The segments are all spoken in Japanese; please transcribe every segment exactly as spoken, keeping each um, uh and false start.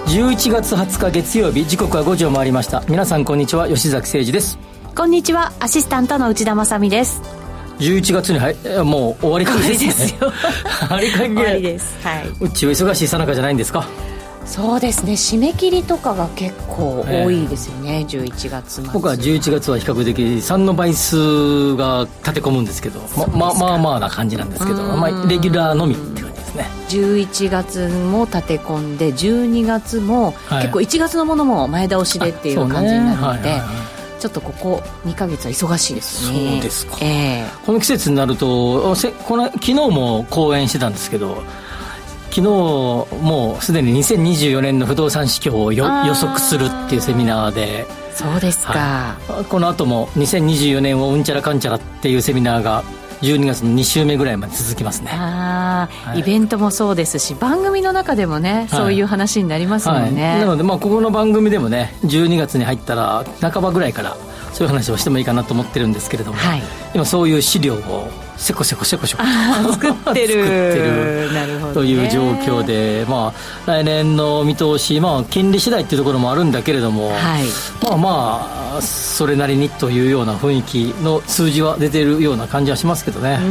じゅういちがつはつか月曜日、時刻はごじを回りました。皆さんこんにちは、吉崎誠二です。 こんにちは、アシスタントの内田まさみです。 じゅういちがつに、はい、もう終わりかけですね。 終わりですよ終わりかけ。 終わりです、はい、 うちは忙しいさなかじゃないんですか？ そうですね、締め切りとかが結構多いですよね、えー、じゅういちがつ末。 僕はじゅういちがつは比較的さんの倍数が立て込むんですけど、ま, ま, まあまあな感じなんですけど、まあ、レギュラーのみって感じですね。 じゅういちがつも立て込んでじゅうにがつも、はい、結構いちがつのものも前倒しでっていう感じになるので、ね、ちょっとここにかげつは忙しいですね。 そうですか、 えー、 この季節になるとせこの昨日も講演してたんですけど、昨日もうすでににせんにじゅうよねんの不動産市況を予測するっていうセミナーで。 そうですか、 はい、この後もにせんにじゅうよねんをうんちゃらかんちゃらっていうセミナーがじゅうにがつのに週目ぐらいまで続きますね。 あ、はい、イベントもそうですし、番組の中でもね、はい、そういう話になりますもんね、はい、 なので、まあ、ここの番組でもね、じゅうにがつに入ったら半ばぐらいからそういう話をしてもいいかなと思ってるんですけれども、はい、今そういう資料をせこせこせこせこ作ってる作ってるなるほど、ね、という状況で、まあ、来年の見通し、まあ、金利次第っていうところもあるんだけれども、はい、まあまあそれなりにというような雰囲気の数字は出てるような感じはしますけどね。 うん、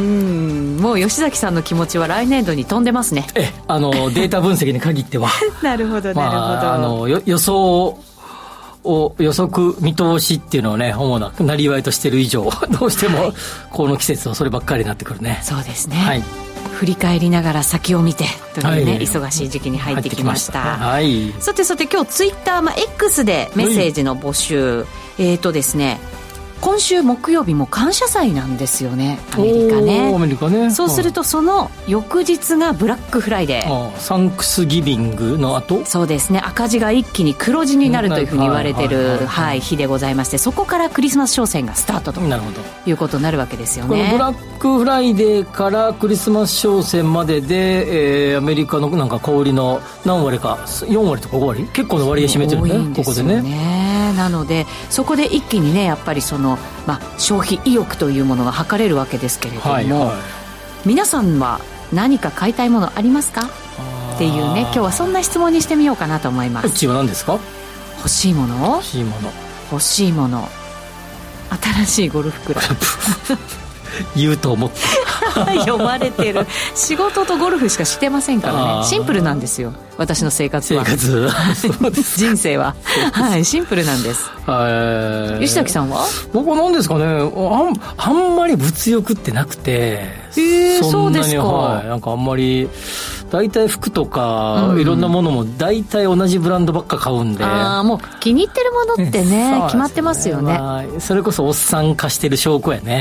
もう吉崎さんの気持ちは来年度に飛んでますね。 えあのデータ分析に限ってはなるほどなるほど、 まあ、あの予想を予測見通しっていうのをね、主ななりわいとしている以上どうしてもこの季節はそればっかりになってくるね。 そうですね、 はい、 振り返りながら先を見てというね、はい、忙しい時期に入ってきました。 はい、 さてさて、今日ツイッター、まあ、X でメッセージの募集、はい、えーとですね今週木曜日も感謝祭なんですよね、アメリカね。 アメリカね。 そうするとその翌日がブラックフライデー、 ああ、サンクスギビングの後。 そうですね、赤字が一気に黒字になるというふうに言われている日でございまして、そこからクリスマス商戦がスタートということになるわけですよね。 このブラックフライデーからクリスマス商戦までで、えー、アメリカのなんか小売りの何割かよんわりとかごわり結構の割合占めてるね、 多いんですよね。ここでね、なのでそこで一気にね、やっぱりそのまあ、消費意欲というものが測れるわけですけれども、はいはい、皆さんは何か買いたいものありますかっていうね、今日はそんな質問にしてみようかなと思います。 うちは何ですか？ 欲しいもの欲しいもの欲しいもの新しいゴルフクラブ言うと思った読まれてる。仕事とゴルフしかしてませんからね。シンプルなんですよ、私の生活は。 生活そうです人生は、はい、シンプルなんです。 はい。 吉崎さんは？ 僕は何ですかね、あん、あんまり物欲ってなくて。 えー、そんなにそうですか。 はい、なんかあんまり大体服とか、うん、いろんなものも大体同じブランドばっか買うんで。 あ、もう気に入ってるものってね、決まってますよね。 まあ、それこそおっさん化してる証拠やね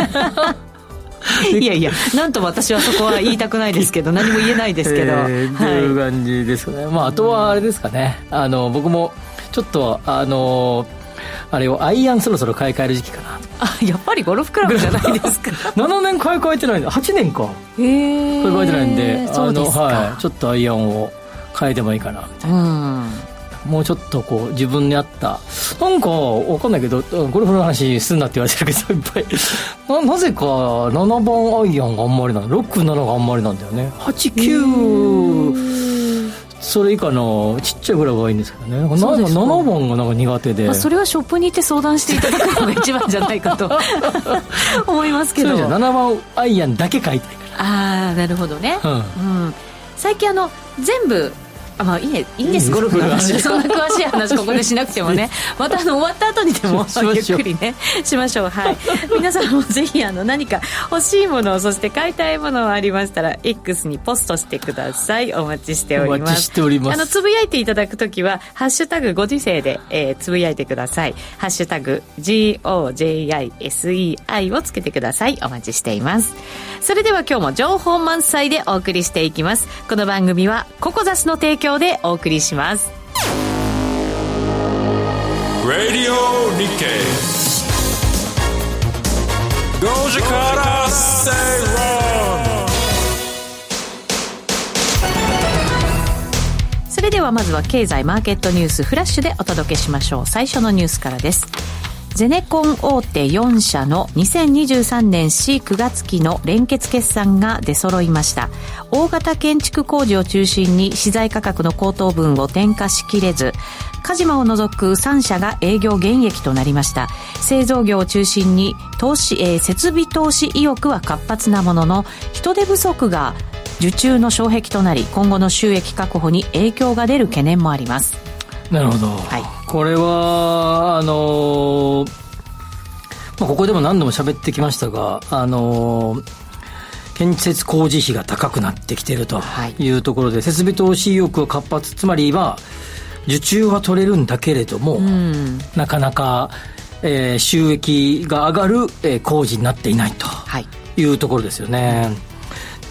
いやいや、なんと私はそこは言いたくないですけど何も言えないですけど、 えー、はい、という感じですね。まあ、あとはあれですかね、あの僕もちょっとあのあれをアイアンそろそろ買い替える時期かな。 あ、やっぱりゴルフクラブじゃないですかななねん買い替えてないんで、はちねんかへー買い替えてないんで、 そうですか、 はい、ちょっとアイアンを変えてもいいかなみたいな、うん、もうちょっとこう自分に合った、なんか分かんないけどゴルフの話すんなって言われてるけどいっぱい な, なぜかななばんアイアンがあんまりなの、ろく、なながあんまりなんだよね。はち、きゅうそれ以下のちっちゃいグラブがいいんですけどね。ななばんがなんか苦手で、 まあ、それはショップに行って相談していただくのが一番じゃないかと思いますけど。 そうじゃななばんアイアンだけ買いたいから。 ああ、なるほどね、うんうん、最近あの全部あ、まあ、いいね、いいんです、ゴルフの話そんな詳しい話ここでしなくてもねまたあの終わった後にでもゆっくりねしましょう。はい、皆さんもぜひあの何か欲しいもの、そして買いたいものがありましたら X にポストしてください。お待ちしております。 お待ちしております。 あのつぶやいていただくときはハッシュタグご時世で、えー、つぶやいてください。ハッシュタグ ジーオージェーアイエスイーアイ をつけてください。お待ちしています。それでは今日も情報満載でお送りしていきます。この番組はココザスの提供でお送りします。 Radio Nikkei ごじからStay Wrong。 それではまずは経済マーケットニュースフラッシュでお届けしましょう。最初のニュースからです。 ゼネコン大手よん社のにせんにじゅうさんねんしくがつ期の連結決算が出揃いました。大型建築工事を中心に資材価格の高騰分を転嫁しきれず、カジマを除くさん社が営業減益となりました。製造業を中心に投資、えー、設備投資意欲は活発なものの、人手不足が受注の障壁となり、今後の収益確保に影響が出る懸念もあります。 なるほど、はい、これはあのーまあ、ここでも何度も喋ってきましたが、あのー、建設工事費が高くなってきているというところで、はい、設備投資意欲は活発、つまり今受注は取れるんだけれども、うん、なかなか、えー、収益が上がる、えー、工事になっていないというところですよね、はい、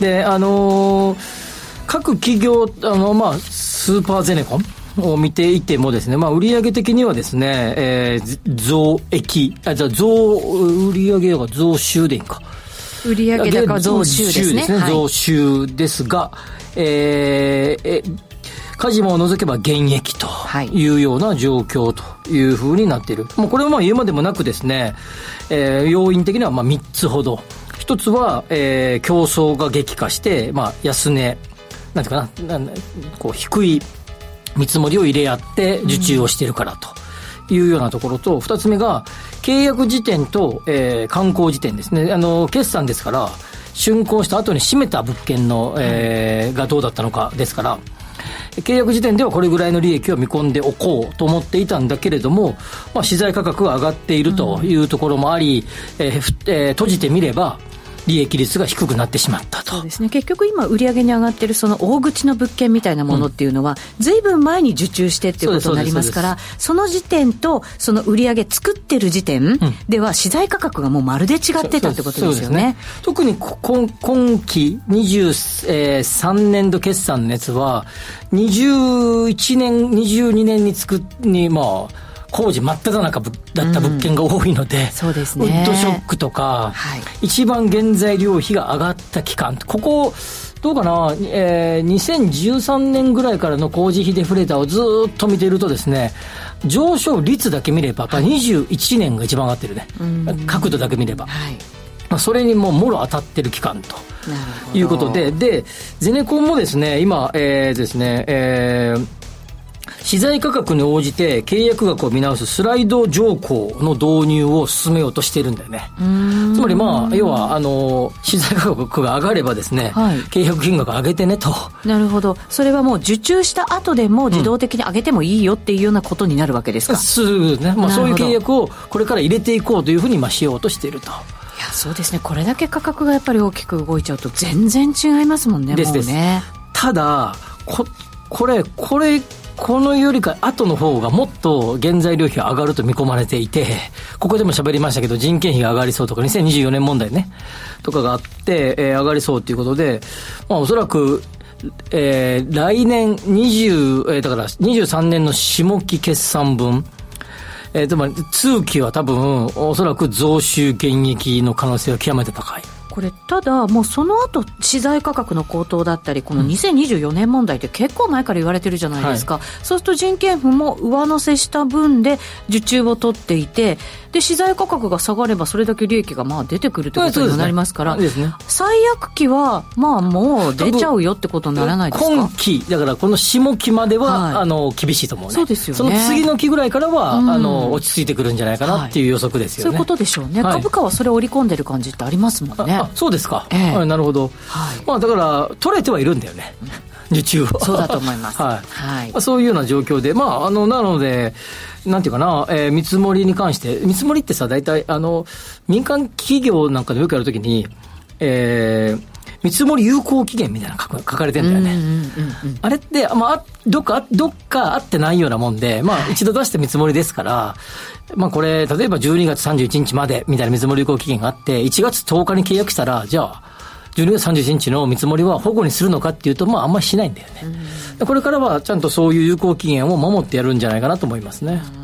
であのー、各企業あの、まあ、スーパーゼネコンを見ていてもですね、まあ、売上的にはですね、えー、増益、あ、じゃあ増、売上が増収でいいか。 売上高増収ですね。 はい、増収ですが、えー、え、カジマを除けば減益というような状況というふうになっている。もうこれはまあ言うまでもなくですね、えー、要因的にはまあみっつほど。一つは、えー、競争が激化して、まあ安値、なんていうかな、なんこう低い見積もりを入れ合って受注をしているからというようなところと、うん、二つ目が契約時点と、えー、刊行時点ですね。あの決算ですから竣工した後に締めた物件の、えー、がどうだったのかですから、契約時点ではこれぐらいの利益を見込んでおこうと思っていたんだけれども、まあ、資材価格が上がっているというところもあり、うん、えーえー、閉じてみれば利益率が低くなってしまったと。 そうですね。結局今売上に上がっているその大口の物件みたいなものっていうのは、うん、ずいぶん前に受注してっていうことになりますから、その時点とその売上作ってる時点では資材価格がもうまるで違ってたってことですよね。 特に今, 今期にじゅうさんねん度決算のやつはにじゅういちねんにじゅうにねんに作にまあ工事真っ只中だった物件が多いので、うん、 そうですね、 ウッドショックとか、はい、一番原材料費が上がった期間、ここどうかな、えー、にせんじゅうさんねんぐらいからの工事費デフレーターをずっと見ているとですね、上昇率だけ見ればやっぱにじゅういちねんが一番上がってるね、うん、角度だけ見れば、はい、まあ、それにもうもろ当たってる期間ということで、でゼネコンもですね今、えー、ですね、えー資材価格に応じて契約額を見直すスライド条項の導入を進めようとしているんだよね。つまりまあ要はあの資材価格が上がればですね、はい、契約金額上げてねと。 なるほど。それはもう受注した後でも自動的に上げてもいいよっていうようなことになるわけですか。 うん、そうね。まあそういう契約をこれから入れていこうというふうにまあしようとしていると。いや、そうですね。これだけ価格がやっぱり大きく動いちゃうと全然違いますもんね。 ですです。 もうね。 ただここれこれこのよりか後の方がもっと原材料費が上がると見込まれていて、ここでも喋りましたけど人件費が上がりそうとかにせんにじゅうよねん問題ねとかがあって、えー、上がりそうということで、まあ、おそらく、えー、来年20、えー、だからにじゅうさんねんの下期決算分、えー、つまり通期は多分おそらく増収減益の可能性は極めて高い。 これただもうその後資材価格の高騰だったりこのにせんにじゅうよねん問題って結構前から言われてるじゃないですか、はい、そうすると人件費も上乗せした分で受注を取っていて、で資材価格が下がればそれだけ利益がまあ出てくるということになりますから、 そうですね、 最悪期はまあもう出ちゃうよってことにならないですか。 今期だからこの下期までは、はい、あの厳しいと思うね。 そうですよね。 その次の期ぐらいからは、うん、あの落ち着いてくるんじゃないかなっていう予測ですよね、 はい、そういうことでしょうね、はい、株価はそれを織り込んでる感じってありますもんね。 ああ、そうですか、ええ、はい、なるほど、はい、まあ、だから取れてはいるんだよね、受注は。 そうだと思います、 はいはい、まあ、そういうような状況で、まあ、あのなのでなんていうかな、えー、見積もりに関して見積もりってさ、大体あの民間企業なんかでよくやるときに、えー見積もり有効期限みたいなの書かれてるんだよね、うんうんうんうん、あれって、まあ、どっかどっかあってないようなもんで、まあ、一度出して見積もりですから、まあ、これ例えばじゅうにがつさんじゅういちにちまでみたいな見積もり有効期限があっていちがつとおかに契約したら、じゃあじゅうにがつさんじゅういちにちの見積もりは保護にするのかっていうと、まあ、あんまりしないんだよね、うん、これからはちゃんとそういう有効期限を守ってやるんじゃないかなと思いますね。 うん、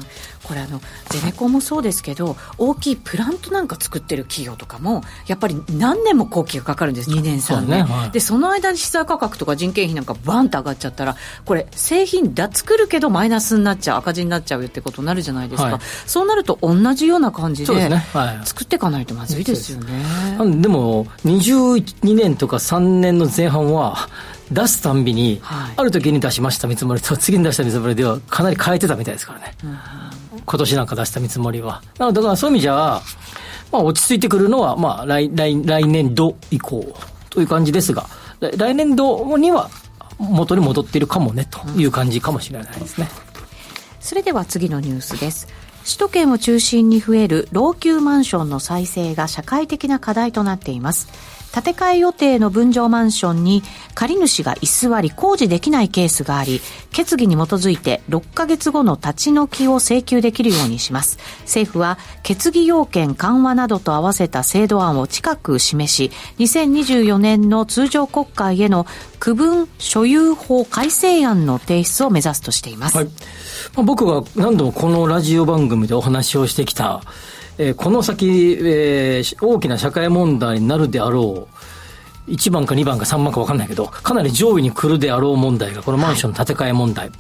これあのゼネコンもそうですけど、大きいプラントなんか作ってる企業とかもやっぱり何年も工期がかかるんです。にねんさんねん、はい、でその間に資材価格とか人件費なんかバンと上がっちゃったら、これ製品だ作るけどマイナスになっちゃう、赤字になっちゃうってことになるじゃないですか、はい、そうなると同じような感じ で, で、ねはい、作っていかないとまずいですよね。 で, でもにじゅうにねんとかさんねんの前半は出すたんびに、はい、ある時に出しました見積もりと次に出した見積もりではかなり変えてたみたいですからね、うん、今年なんか出した見積もりは。なのでだからそういう意味じゃ、まあ、落ち着いてくるのは、まあ、来, 来, 来年度以降という感じですが、来年度には元に戻っているかもねという感じかもしれないですね、うん、 それでは次のニュースです。首都圏を中心に増える老朽マンションの再生が社会的な課題となっています。建て替え予定の分譲マンションに借り主が居座り工事できないケースがあり、決議に基づいてろっかげつごの立ち退きを請求できるようにします。政府は決議要件緩和などと合わせた制度案を近く示し、にせんにじゅうよねんの通常国会への区分所有法改正案の提出を目指すとしています、はい。 まあ、僕が何度もこのラジオ番組でお話をしてきたえー、この先、えー、大きな社会問題になるであろういちばんかにばんかさんばんか分かんないけどかなり上位に来るであろう問題がこのマンションの建て替え問題、はい、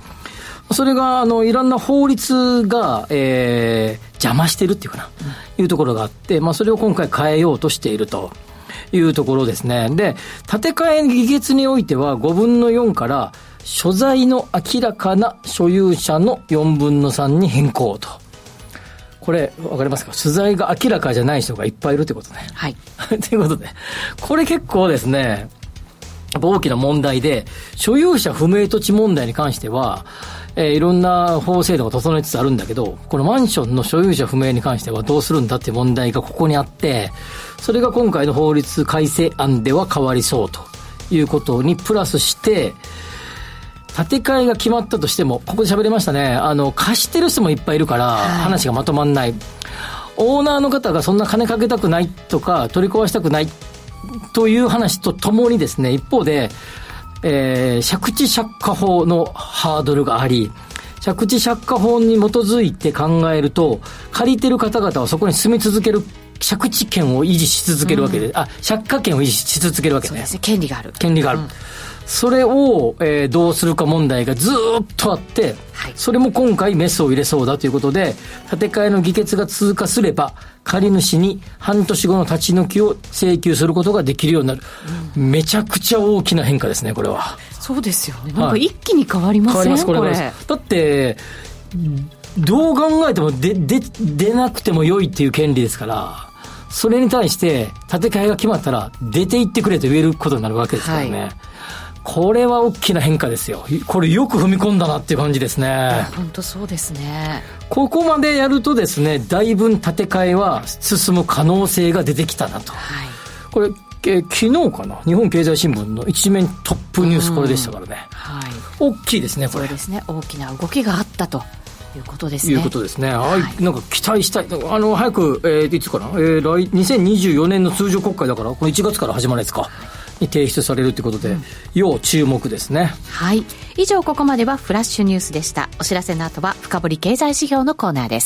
それがあのいろんな法律が、えー、邪魔してるっていうかな、うん、いうところがあって、まあ、それを今回変えようとしているというところですね。で建て替え議決においてはごぶんのよんから所在の明らかな所有者のよんぶんのさんに変更と。これ分かりますか？所在が明らかじゃない人がいっぱいいるってことね。 はい。 ということで、これ結構ですね、やっぱ大きな問題で、所有者不明土地問題に関しては、えー、いろんな法制度が整えつつあるんだけど、このマンションの所有者不明に関してはどうするんだっていう問題がここにあって、それが今回の法律改正案では変わりそうということにプラスして、建て替えが決まったとしても、ここで喋りましたね、あの貸してる人もいっぱいいるから話がまとまんない、はい、オーナーの方がそんな金かけたくないとか取り壊したくないという話とともにですね、一方で、えー、借地借家法のハードルがあり、借地借家法に基づいて考えると借りてる方々はそこに住み続ける借地権を維持し続けるわけで、うん、あ借家権を維持し続けるわけね。 そうですね、権利がある権利がある、うん、それを、えー、どうするか問題がずっとあって、はい、それも今回メスを入れそうだということで、建て替えの議決が通過すれば借り主に半年後の立ち退きを請求することができるようになる、うん、めちゃくちゃ大きな変化ですね、これは。 そうですよね、なんか一気に変わりません、はい、変わります、これ、これだってどう考えてもでで出なくても良いっていう権利ですから、それに対して建て替えが決まったら出て行ってくれと言えることになるわけですからね、はい、これは大きな変化ですよ。これよく踏み込んだなっていう感じですね。 本当そうですね。 ここまでやるとですね、だいぶ建て替えは進む可能性が出てきたなと、はい、これえ昨日かな、日本経済新聞の一面トップニュースこれでしたからね、はい、大きいですねこれ。 そうですね、大きな動きがあったということですね。 いうことですね。はい、なんか期待したい。あの早く、えー、いつかな、えー、来にせんにじゅうよねんの通常国会だからこのいちがつから始まるやつか、はい、に提出されるということで、うん、要注目ですね。 はい。以上ここまではフラッシュニュースでした。お知らせの後は深掘り経済指標のコーナーです。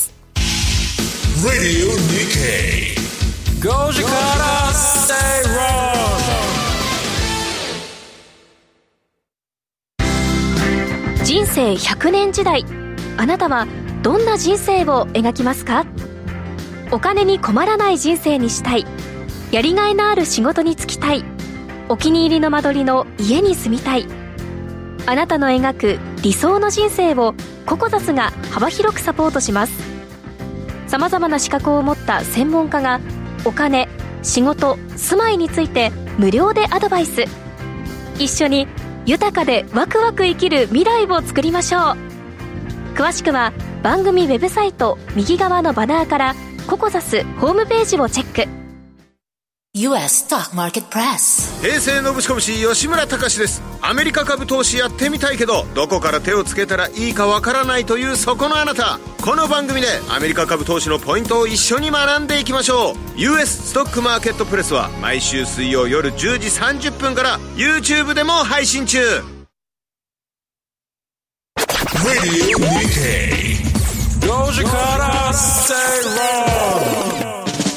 Radio NikkeiごじからStay Wrong。人生ひゃくねん時代、あなたはどんな人生を描きますか？お金に困らない人生にしたい、やりがいのある仕事に就きたい、お気に入りの間取りの家に住みたい。あなたの描く理想の人生をココザスが幅広くサポートします。さまざまな資格を持った専門家がお金、仕事、住まいについて無料でアドバイス。一緒に豊かでワクワク生きる未来を作りましょう。詳しくは番組ウェブサイト右側のバナーからココザスホームページをチェック。 ユーエス Stock Market Press。 平成のぶしこぶし吉村隆です。アメリカ株投資やってみたいけどどこから手をつけたらいいかわからないというそこのあなた、この番組でアメリカ株投資のポイントを一緒に学んでいきましょう。 ユーエス ストックマーケットプレスは毎週水曜夜じゅうじさんじゅっぷんから YouTube でも配信中。 Radio Nikkei ごじから正論。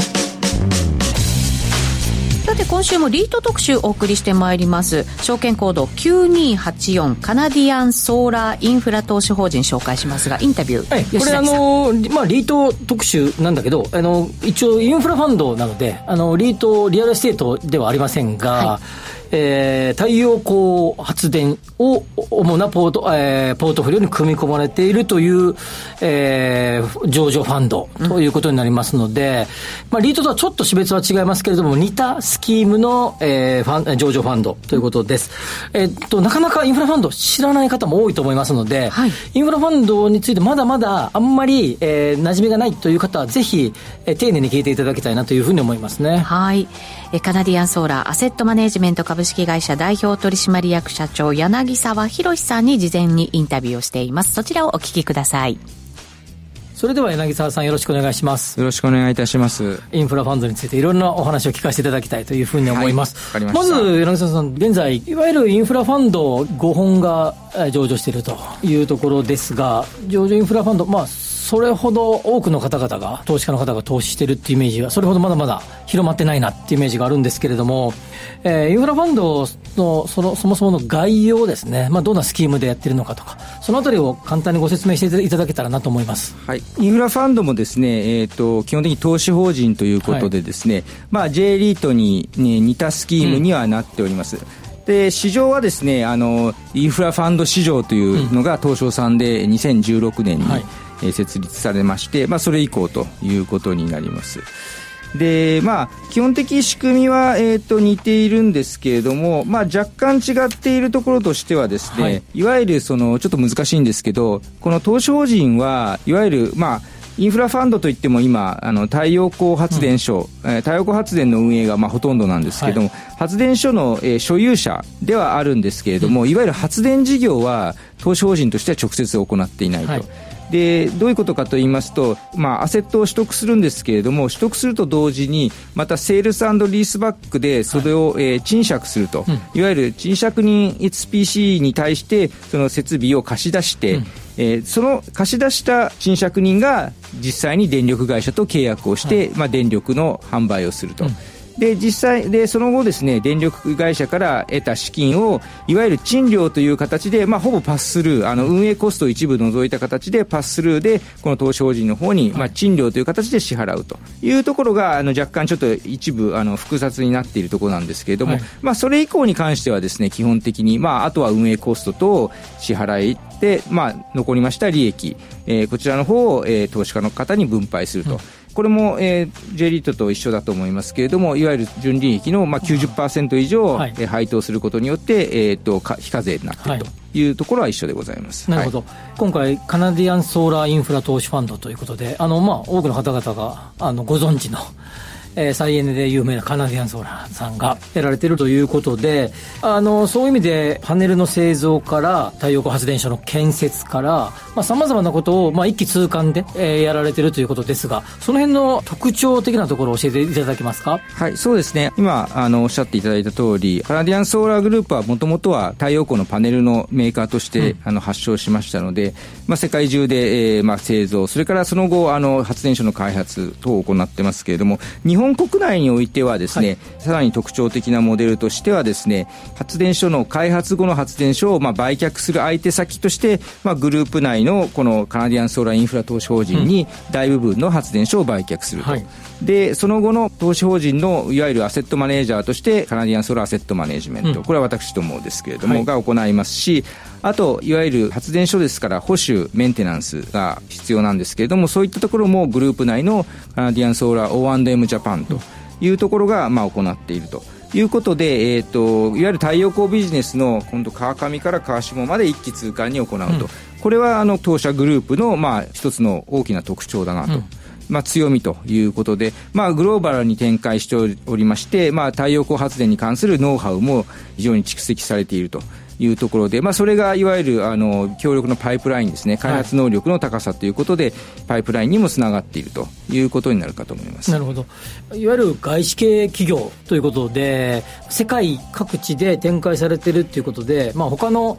さて今週もリート特集お送りしてまいります。証券コードきゅうにはちよんカナディアンソーラーインフラ投資法人紹介しますが、インタビュー、はい、 これあの、まあ、リート特集なんだけど、あの一応インフラファンドなので、あのリートリアルエステートではありませんが、はい、えー、太陽光発電を主なポート、えー、ポートフォリオに組み込まれているという、えー、上場ファンドということになりますので、うん、まあ、リートとはちょっと種別は違いますけれども、似たスキームの、えー、ファン上場ファンドということです。えー、っとなかなかインフラファンド知らない方も多いと思いますので、はい、インフラファンドについてまだまだあんまり、えー、馴染みがないという方はぜひ、えー、丁寧に聞いていただきたいなというふうに思いますね。 はい、えカナディアンソーラーアセットマネジメント株式会社代表取締役社長柳沢博さんに事前にインタビューをしています。そちらをお聞きください。 それでは柳沢さん、よろしくお願いします。 よろしくお願いいたします。 インフラファンドについていろんなお話を聞かせていただきたいというふうに思います。 はい、わかりました。 まず柳沢さん、現在いわゆるインフラファンドごほんが上場しているというところですが、上場インフラファンド、まあそれほど多くの方々が投資家の方が投資しているっていうイメージはそれほどまだまだ広まってないなっていうイメージがあるんですけれども、えー、インフラファンドの そ, のそもそもの概要ですね、まあ、どんなスキームでやっているのかとか、そのあたりを簡単にご説明していただけたらなと思います。 はい、インフラファンドもですね、えー、と基本的に投資法人ということでですね、はい、まあ、J リートに、ね、似たスキームにはなっております。うん、で市場はですね、あのインフラファンド市場というのが東証さんでにせんじゅうろくねんに、はい、設立されまして、まあ、それ以降ということになります。で、まあ、基本的仕組みは、えー、と似ているんですけれども、まあ、若干違っているところとしてはですね、はい、いわゆるそのちょっと難しいんですけど、この投資法人はいわゆる、まあ、インフラファンドといっても今あの太陽光発電所、うん、えー、太陽光発電の運営がまあほとんどなんですけども、はい、発電所の、えー、所有者ではあるんですけれども、うん、いわゆる発電事業は投資法人としては直接行っていないと、はい、でどういうことかと言いますと、まあ、アセットを取得するんですけれども、取得すると同時にまたセールス&リースバックでそれを、はい、えー、賃借すると、うん、いわゆる賃借人 エスピーシー に対してその設備を貸し出して、うん、えー、その貸し出した賃借人が実際に電力会社と契約をして、はい、まあ、電力の販売をすると、うん、で実際でその後ですね、電力会社から得た資金をいわゆる賃料という形で、まあ、ほぼパススルー、あの運営コストを一部除いた形でパススルーでこの投資法人の方に、まあ、賃料という形で支払うというところがあの若干ちょっと一部あの複雑になっているところなんですけれども、はい、まあ、それ以降に関してはですね、基本的に、まあ、あとは運営コストと支払いで、まあ、残りました利益、えー、こちらの方を、えー、投資家の方に分配すると、うん、これも、えー、J リートと一緒だと思いますけれども、いわゆる純利益の、まあ、きゅうじゅっパーセント 以上、はい、えー、配当することによって、えー、と非課税になっているというところは一緒でございます。 なるほど、はい、今回カナディアンソーラーインフラ投資ファンドということで、あの、まあ、多くの方々があのご存知のえー、再エネで有名なカナディアンソーラーさんがやられているということで、あのそういう意味でパネルの製造から太陽光発電所の建設からさまざ、まなことを、まあ、一気通貫で、えー、やられているということですが、その辺の特徴的なところを教えていただけますか。 はい、そうですね、今あのおっしゃっていただいた通り、カナディアンソーラーグループはもともとは太陽光のパネルのメーカーとして、うん、あの発祥しましたので、まあ、世界中で、えーまあ、製造、それからその後あの発電所の開発等を行ってますけれども、日本日本国内においてはですね、はい、さらに特徴的なモデルとしてはですね、発電所の開発後の発電所をまあ売却する相手先として、まあ、グループ内のこのカナディアンソーラーインフラ投資法人に大部分の発電所を売却すると、うん、はい、でその後の投資法人のいわゆるアセットマネージャーとしてカナディアンソーラーアセットマネジメント、うん、これは私どもですけれども、はい、が行いますし、あといわゆる発電所ですから保守メンテナンスが必要なんですけれども、そういったところもグループ内のカナディアンソーラー オーアンドエム ジャパンというところがまあ行っているということで、えー、といわゆる太陽光ビジネスの今度川上から川下まで一気通貫に行うと、うん、これはあの当社グループのまあ一つの大きな特徴だなと、うん、まあ、強みということで、まあ、グローバルに展開しておりまして、まあ、太陽光発電に関するノウハウも非常に蓄積されているというところで、まあ、それがいわゆるあの強力なパイプラインですね、開発能力の高さということで、はい、パイプラインにもつながっているということになるかと思います。 なるほど。いわゆる外資系企業ということで世界各地で展開されているということで、まあ、他の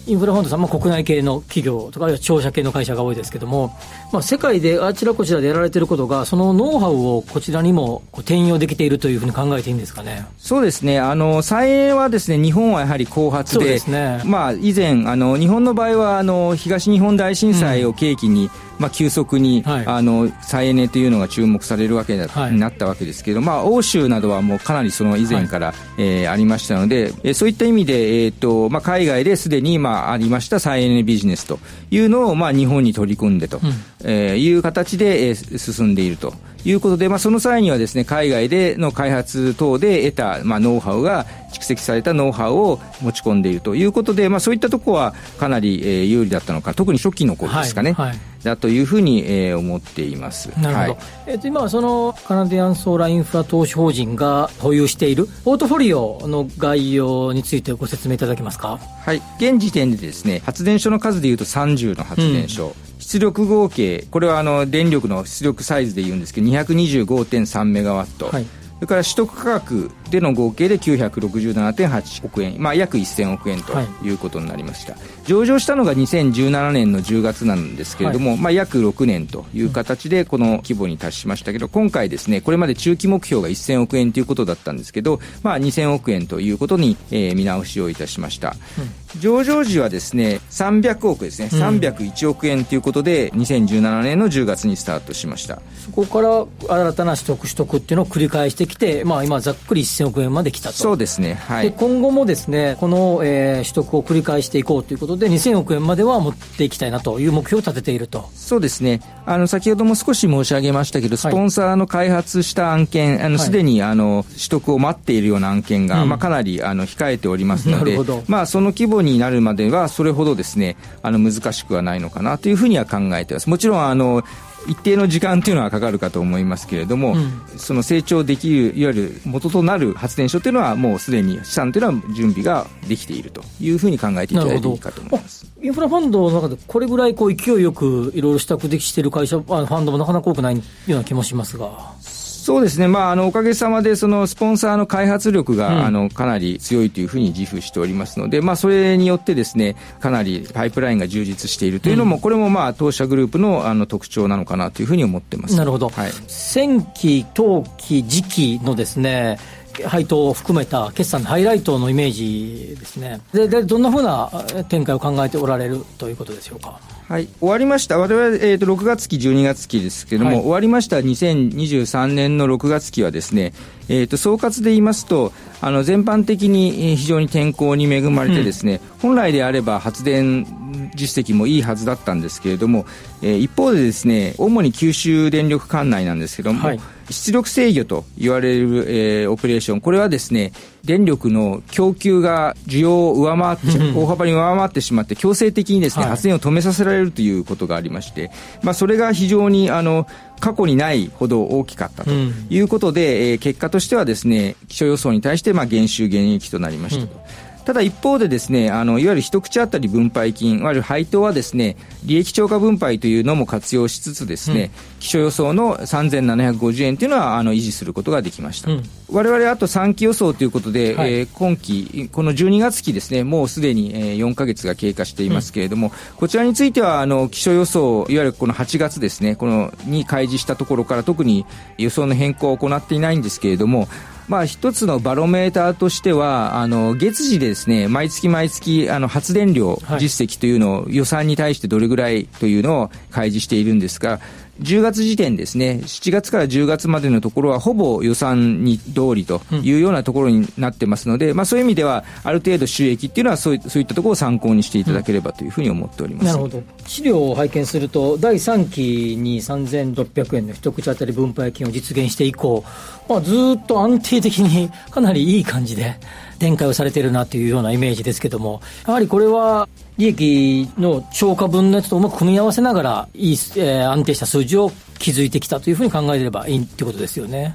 インフラファンドさんも国内系の企業とかあるいは商社系の会社が多いですけども、まあ、世界であちらこちらでやられていることがそのノウハウをこちらにも転用できているというふうに考えていいんですかね。 そうですね、あの再エネはですね、日本はやはり後発で、そうですね、まあ、以前あの日本の場合はあの東日本大震災を契機に、うん、まあ、急速に、はい、あの再エネというのが注目されるわけになったわけですけど、はい、まあ、欧州などはもうかなりその以前から、はい、えー、ありましたので、えー、そういった意味で、えーとまあ、海外ですでに、まあ、ありました再エネビジネスというのを、まあ、日本に取り組んでと、うん、えー、いう形で、えー、進んでいるということで、まあ、その際にはですね、海外での開発等で得た、まあ、ノウハウが蓄積されたノウハウを持ち込んでいるということで、まあ、そういったところはかなり、えー、有利だったのか、特に初期の頃ですかね、はいはい、だというふうに、えー、思っています。 なるほど、はい、えー、と今はそのカナディアンソーラーインフラ投資法人が保有しているポートフォリオの概要についてご説明いただけますか。 はい、現時点でですね、発電所の数でいうとさんじゅうの発電所、うん、出力合計、これはあの電力の出力サイズで言うんですけど にひゃくにじゅうごてんさんメガワット、はい、それから取得価格での合計できゅうひゃくろくじゅうななてんはちおくえん、まあ、約せんおくえんということになりました、はい、上場したのがにせんじゅうななねんのじゅうがつなんですけれども、はい、まあ、約ろくねんという形でこの規模に達しましたけど、今回ですね、これまで中期目標がせんおくえんということだったんですけど、まあ、にせんおくえんということに、えー、見直しをいたしました、うん、上場時はですねさんびゃくおくですね、さんびゃくいちおくえんということでにせんじゅうななねんのじゅうがつにスタートしました。 そこから新たな取得取得っていうのを繰り返してきて、まあ、今ざっくりせんおくえんまで来たと。 そうですね、はい、 で今後もですねこの、えー、取得を繰り返していこうということでにせんおくえんまでは持っていきたいなという目標を立てていると。 そうですね、あの先ほども少し申し上げましたけど、スポンサーの開発した案件、あのすでにあの取得を待っているような案件が、うん、まあ、かなりあの控えておりますので、まあ、その規模になるまではそれほどですねあの難しくはないのかなというふうには考えています。もちろんあの一定の時間というのはかかるかと思いますけれども、うん、その成長できるいわゆる元となる発電所というのはもうすでに資産というのは準備ができているというふうに考えていただいていいかと思います。 インフラファンドの中でこれぐらいこう勢いよくいろいろ支度できている会社、ファンドもなかなか多くないような気もしますが。 そうですね、まあ、あのおかげさまでそのスポンサーの開発力が、うん、あのかなり強いというふうに自負しておりますので、まあ、それによってですねかなりパイプラインが充実しているというのも、うん、これもまあ当社グループ の, あの特徴なのかなというふうに思ってます。 なるほど、はい、先期当期次期のですね配当を含めた決算のハイライトのイメージですね。ででどんなふうな展開を考えておられるということでしょうか。 はい、終わりました。我々、えー、とろくがつ期じゅうにがつ期ですけれども、はい、終わりましたにせんにじゅうさんねんのろくがつ期はですね、えー、と総括で言いますとあの全般的に非常に天候に恵まれてですね、うん、本来であれば発電実績もいいはずだったんですけれども、えー、一方でですね主に九州電力管内なんですけども、はい、出力制御と言われる、えー、オペレーション、これはですね電力の供給が需要を上回って、うん、大幅に上回ってしまって強制的にですね、はい、発電を止めさせられるということがありまして、まあ、それが非常にあの過去にないほど大きかったということで、うん、えー、結果としてはですね気象予想に対してまあ減収減益となりましたと、うん、ただ一方でですねあのいわゆる一口当たり分配金、いわゆる配当はですね利益超過分配というのも活用しつつですね、うん、気象予想のさんぜんななひゃくごじゅうえんというのはあの維持することができました、うん、我々あとさんき予想ということで、はい、えー、今期このじゅうにがつ期ですねもうすでに、えー、よんかげつが経過していますけれども、うん、こちらについてはあの気象予想いわゆるこのはちがつですねこのに開示したところから特に予想の変更を行っていないんですけれども、まあ、一つのバロメーターとしてはあの月次でですね毎月毎月あの発電量実績というのを予算に対してどれぐらいというのを開示しているんですが、じゅうがつ時点ですねしちがつからじゅうがつまでのところはほぼ予算に通りというようなところになってますので、うん、まあ、そういう意味ではある程度収益っていうのはそうい、そういったところを参考にしていただければというふうに思っております、うん、 なるほど。資料を拝見するとだいさんきにさんぜんろっぴゃくえんの一口当たり分配金を実現して以降、まあ、ずっと安定的にかなりいい感じで展開をされているなというようなイメージですけども、やはりこれは利益の超過分のやつとうまく組み合わせながらいい、えー、安定した数字を築いてきたというふうに考えればいいってことですよね。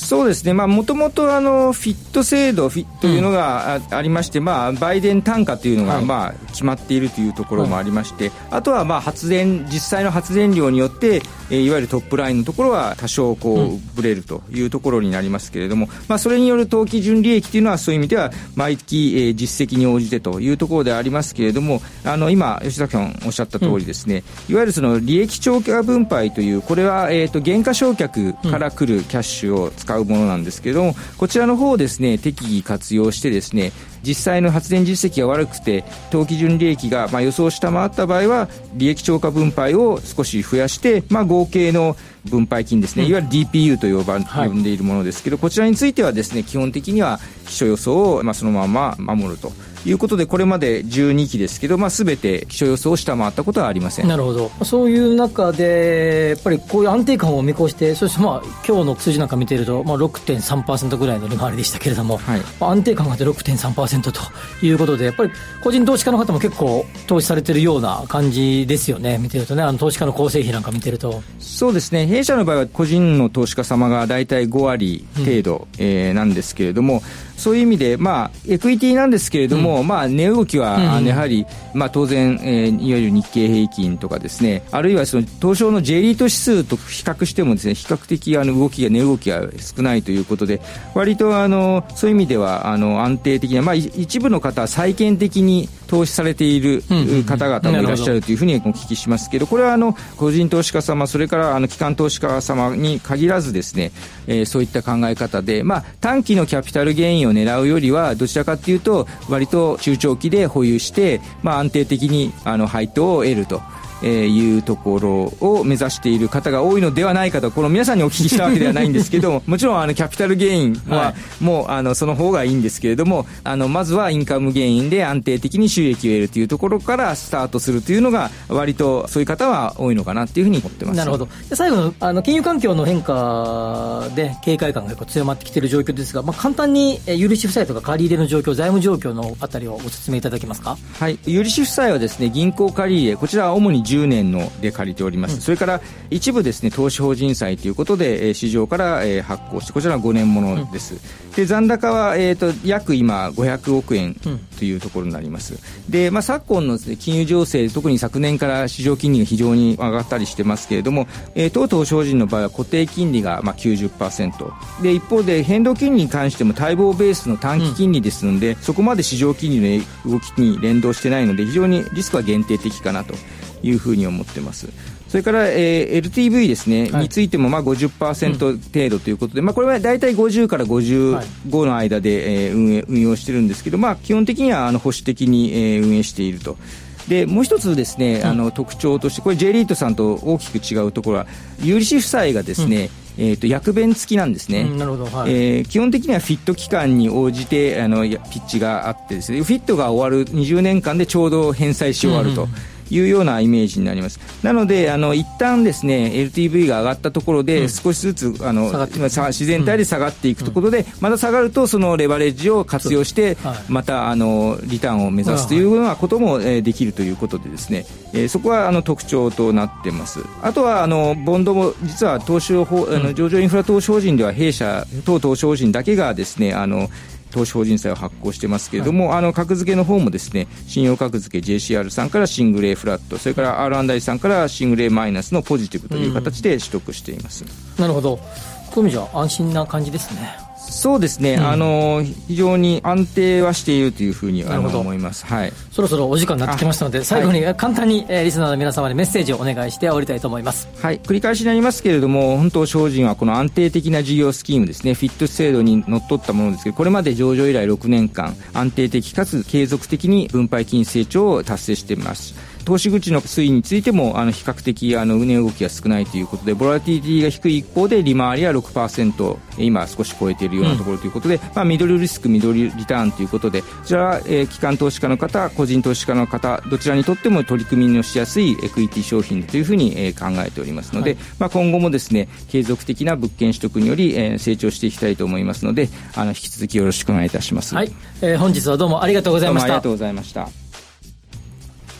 そうですね、もともとフィット制度フィというのが あ,、うん、ありまして、まあ、売電単価というのが、はい、まあ、決まっているというところもありまして、はい、あとはまあ発電実際の発電量によって、えー、いわゆるトップラインのところは多少こう、うん、ブレるというところになりますけれども、まあ、それによる当期純利益というのはそういう意味では毎月、えー、実績に応じてというところでありますけれども、あの今吉崎さんおっしゃった通りですね、うん、いわゆるその利益超過分配という、これは、えー、と減価償却から来るキャッシュを使うものなんですけれども、こちらの方をですね適宜活用してですね、実際の発電実績が悪くて当期純利益がまあ予想を下回った場合は利益超過分配を少し増やして、まあ、合計の分配金ですね、いわゆる ディーピーユー と呼ば、はい、呼んでいるものですけど、こちらについてはですね基本的には基礎予想をまあそのまま守るということで、これまでじゅうにきですけど、まあ、全て基礎予想を下回ったことはありません。 なるほど。そういう中でやっぱりこういう安定感を見越して、そしてまあ今日の数字なんか見ていると、まあ、ろくてんさんパーセント ぐらいの利回りでしたけれども、はい、まあ、安定感があって ろくてんさんパーセント ということで、やっぱり個人投資家の方も結構投資されているような感じですよね、見てるとね。あの投資家の構成比なんか見てると。 そうですね、弊社の場合は個人の投資家様がだいたいごわり程度、うん、えー、なんですけれども、そういう意味で、まあ、エクイティなんですけれども、うん、まあ、値動きは、うん、やはり、まあ、当然、えー、いわゆる日経平均とかですね、あるいはその東証の J リート指数と比較してもですね、比較的あの動きが値動きが少ないということで、割とあのそういう意味ではあの安定的な、まあ、一部の方は債券的に投資されている方々もいらっしゃるというふうにお聞きしますけど、これはあの個人投資家様、それからあの機関投資家様に限らずですね、えー、そういった考え方で、まあ、短期のキャピタルゲインを狙うよりはどちらかというと割と中長期で保有して、まあ、安定的にあの配当を得るというところを目指している方が多いのではないかと、この皆さんにお聞きしたわけではないんですけどもちろんあのキャピタルゲインは、はい、もうあのその方がいいんですけれども、あのまずはインカムゲインで安定的に収益を得るというところからスタートするというのが割とそういう方は多いのかなというふうに思ってます。 なるほど。最後の、あの金融環境の変化で警戒感が強まってきている状況ですが、まあ、簡単に有利子負債とか借り入れの状況、財務状況のあたりをご説明いただけますか。 はい、有利子負債はですね、銀行借り入れ、こちらは主にじゅうねんので借りております、うん、それから一部ですね投資法人債ということで、えー、市場から、えー、発行して、こちらはごねんものです、うん、で残高は、えー、と約今ごひゃくおくえんというところになります、うん、で、まあ、昨今のですね、金融情勢、特に昨年から市場金利が非常に上がったりしてますけれども、えー、当投資法人の場合は固定金利がまあ きゅうじゅっパーセント で、一方で変動金利に関しても待望ベースの短期金利ですので、うん、そこまで市場金利の動きに連動してないので非常にリスクは限定的かなというふうに思ってます。それから、えー、エルティーブイ ですね、はい、についてもまあ ごじゅっパーセント 程度ということで、うん、まあ、これは大体ごじゅうからごじゅうごの間で、えー、運営運用してるんですけど、まあ、基本的にはあの保守的に、えー、運営していると。でもう一つですね、うん、あの特徴として、これ J リートさんと大きく違うところは有利子負債がですね、うん、えー、と役弁付きなんですね、うん、なるほど、はい、えー、基本的にはフィット期間に応じてあのピッチがあってですね、フィットが終わるにじゅうねんかんでちょうど返済し終わると、うんうんいうようなイメージになります。なのであの一旦ですね エルティーブイ が上がったところで、うん、少しずつあの自然体で下がっていくところで、うん、また下がるとそのレバレッジを活用して、はい、またあのリターンを目指すというようなことも、えー、できるということでですね、えー、そこはあの特徴となっています。あとはあのボンドも実は投資法、あの上場インフラ投資法人では弊社当投資法人だけがですねあの投資法人債を発行してますけれども、はい、あの格付けの方もですね、信用格付け ジェーシーアール さんからシングル A フラット、それから アールアンドアイ さんからシングル A マイナスのポジティブという形で取得しています、 うん、なるほど。そういう意味じゃ安心な感じですね。 そうですね、うん、あの非常に安定はしているというふうにあの思います、はい、 そろそろお時間になってきましたので、最後に簡単に、えー、リスナーの皆様にメッセージをお願いして終わりたいと思います。 はい、繰り返しになりますけれども、本当法人はこの安定的な事業スキームですね、フィット制度にのっとったものですけど、これまで上場以来ろくねんかん安定的かつ継続的に分配金成長を達成しています。投資口の推移についてもあの比較的あの値動きが少ないということで、ボラティリティが低い一方で利回りは ろくパーセント 今少し超えているようなところということで、うん、まあ、ミドルリスクミドルリターンということで、こちらは、えー、機関投資家の方、個人投資家の方、どちらにとっても取り組みのしやすいエクイティ商品というふうに、えー、考えておりますので、はい、まあ、今後もですね継続的な物件取得により、えー、成長していきたいと思いますので、あの引き続きよろしくお願いいたします。 はい、えー、本日はどうもありがとうございました。 どうもありがとうございました。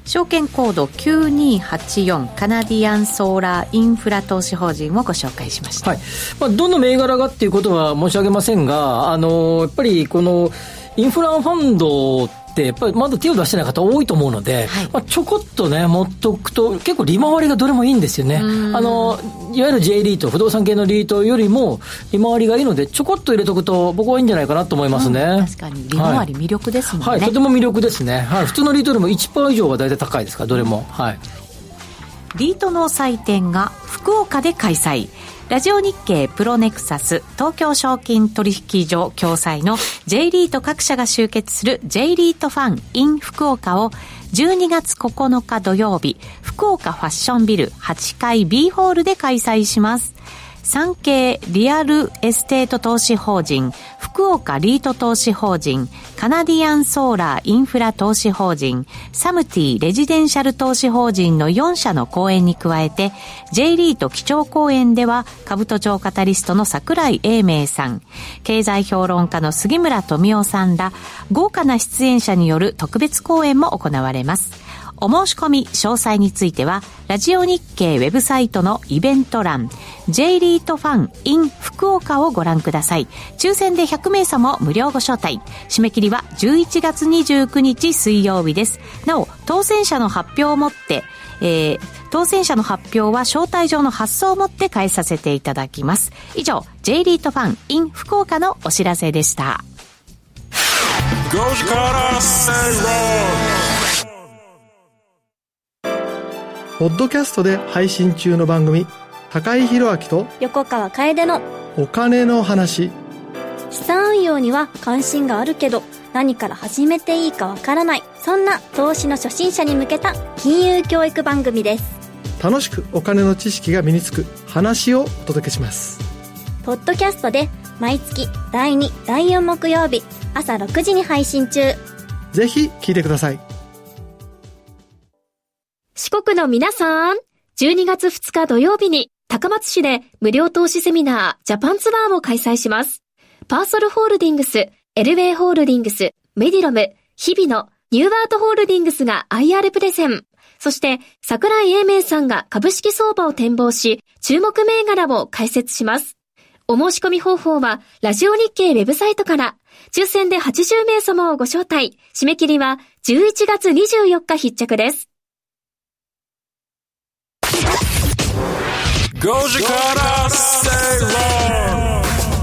証券コードきゅうにはちよんカナディアンソーラーインフラ投資法人をご紹介しました。 はい、まあ、どの銘柄がっていうことは申し上げませんが、あのやっぱりこのインフラファンドってやっぱりまだ手を出してない方多いと思うので、はい、まあ、ちょこっとね持っておくと結構利回りがどれもいいんですよね。あのいわゆる J リート不動産系のリートよりも利回りがいいのでちょこっと入れとくと僕はいいんじゃないかなと思いますね、 うん、確かに利回り魅力ですもんね、 はいはい、とても魅力ですね、はい、普通のリートよりも いちパーセント 以上は大体高いですからどれも、はい、 リートの祭典が福岡で開催。ラジオ日経プロネクサス東京証券取引所共催の J リート各社が集結する J リートファン in 福岡をじゅうにがつここのか土曜日、福岡ファッションビルはちかい B ホールで開催します。産経リアルエステート投資法人、福岡リート投資法人、カナディアンソーラーインフラ投資法人、サムティレジデンシャル投資法人のよんしゃの講演に加えて、J リート基調講演では、株都庁カタリストの櫻井英明さん、経済評論家の杉村富夫さんら、豪華な出演者による特別講演も行われます。お申し込み詳細についてはラジオ日経ウェブサイトのイベント欄 J リートファン in 福岡をご覧ください。抽選でひゃくめいさまを無料ご招待。締め切りはじゅういちがつにじゅうくにち水曜日です。なお当選者の発表をもって、えー、当選者の発表は招待状の発送をもって返させていただきます。以上 J リートファン in 福岡のお知らせでした。 ごじから正論ポッドキャストで配信中の番組、高井宏明と横川楓のお金の話。 資産運用には関心があるけど何から始めていいかわからない、そんな投資の初心者に向けた金融教育番組です。 楽しくお金の知識が身につく話をお届けします。 ポッドキャストで毎月だいに、だいよん木曜日朝ろくじに配信中。 ぜひ聞いてください。 四国の皆さん、じゅうにがつふつか土曜日に高松市で無料投資セミナージャパンツアーを開催します。パーソルホールディングス、エルウェイホールディングス、メディロム、日々のニューアートホールディングスが アイアール プレゼン。そして櫻井英明さんが株式相場を展望し、注目銘柄を解説します。お申し込み方法はラジオ日経ウェブサイトから。抽選ではちじゅうめいさまをご招待。締め切りはじゅういちがつにじゅうよっか必着です。 ごじから正論。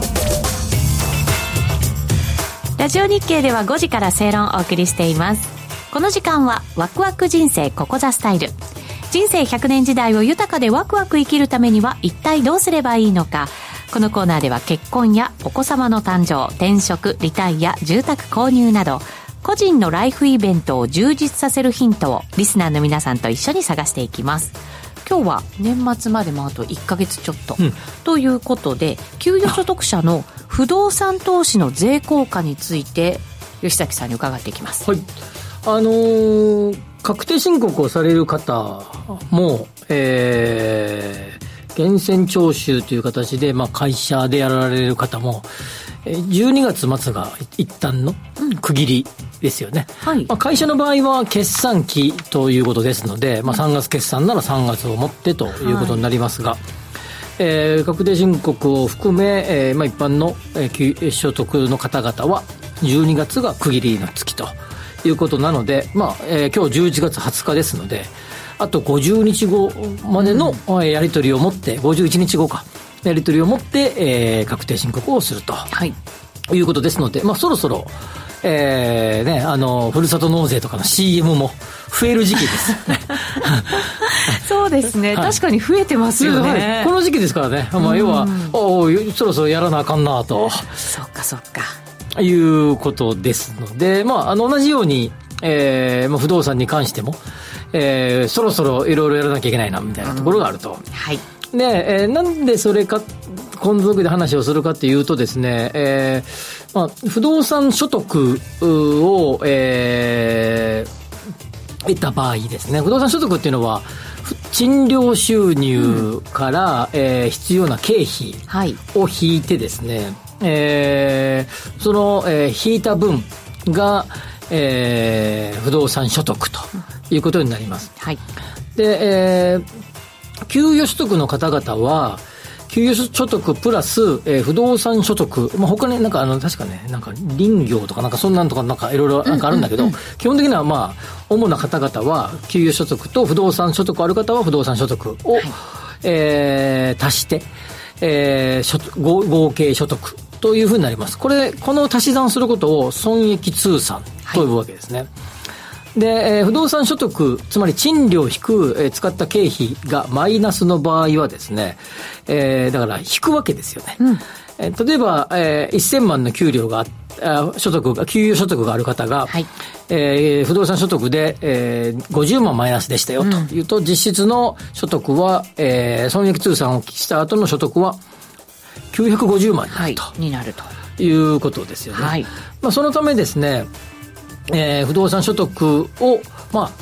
ラジオ日経ではごじから正論をお送りしています。この時間はワクワク人生ココザスタイル。人生ひゃくねん時代を豊かでワクワク生きるためには一体どうすればいいのか。このコーナーでは結婚やお子様の誕生、転職、リタイア、住宅購入など個人のライフイベントを充実させるヒントをリスナーの皆さんと一緒に探していきます。今日は年末までもあといっかげつちょっと、うん、ということで給与所得者の不動産投資の税効果について吉崎さんに伺っていきます。 はい、あのー、確定申告をされる方も、えー、源泉徴収という形で、まあ、会社でやられる方もじゅうにがつ末が一旦の区切りですよね、うん、はい、まあ、会社の場合は決算期ということですので、まあ、さんがつ決算ならさんがつをもってということになりますが、はい、えー、確定申告を含め、えーまあ、一般の、えー、所得の方々はじゅうにがつが区切りの月ということなので、まあえー、今日じゅういちがつはつかですのであとごじゅうにちごまでの、うん、やり取りをもってごじゅういちにちごかやり取りをもって、えー、確定申告をすると、はい、いうことですので、まあ、そろそろ、えーね、あのふるさと納税とかの シーエム も増える時期ですそうですね、はい、確かに増えてますよね、 はい、この時期ですからね、まあ、要はおそろそろやらなあかんなとそっかそっかいうことですので、まあ、あの同じように、えーまあ、不動産に関しても、えー、そろそろいろいろやらなきゃいけないなみたいなところがあると、うん、はい、で、えー、なんでそれかこの続で話をするかというとですね、えーまあ、不動産所得を、えー、得た場合ですね、不動産所得っていうのは賃料収入から、うん、えー、必要な経費を引いてですね、はい、えー、その、えー、引いた分が、 えー、不動産所得ということになります、 はい、 で、えー、給与所得の方々は給与所得プラス、えー、不動産所得、まあ、他になんかあの確かねなんか林業とかなんかそんなんとかなんかいろいろなんかあるんだけど、うんうんうん、基本的にはまあ主な方々は給与所得と不動産所得ある方は不動産所得を、はい、えー、足して、えー、所得 合, 合計所得というふうになります。これこの足し算することを損益通算と呼ぶわけですね、はい、で、えー、不動産所得つまり賃料引く、えー、使った経費がマイナスの場合はですね、えー、だから引くわけですよね、うん、えー、例えば、えー、せんまんの給料があ所得が給与所得がある方が、はい、えー、不動産所得で、えー、ごじゅうまんマイナスでしたよというと、うん、実質の所得は、えー、損益通算をした後の所得はきゅうひゃくごじゅうまんになると、はい、になるということですよね、はい、まあ、そのためですね、えー、不動産所得をま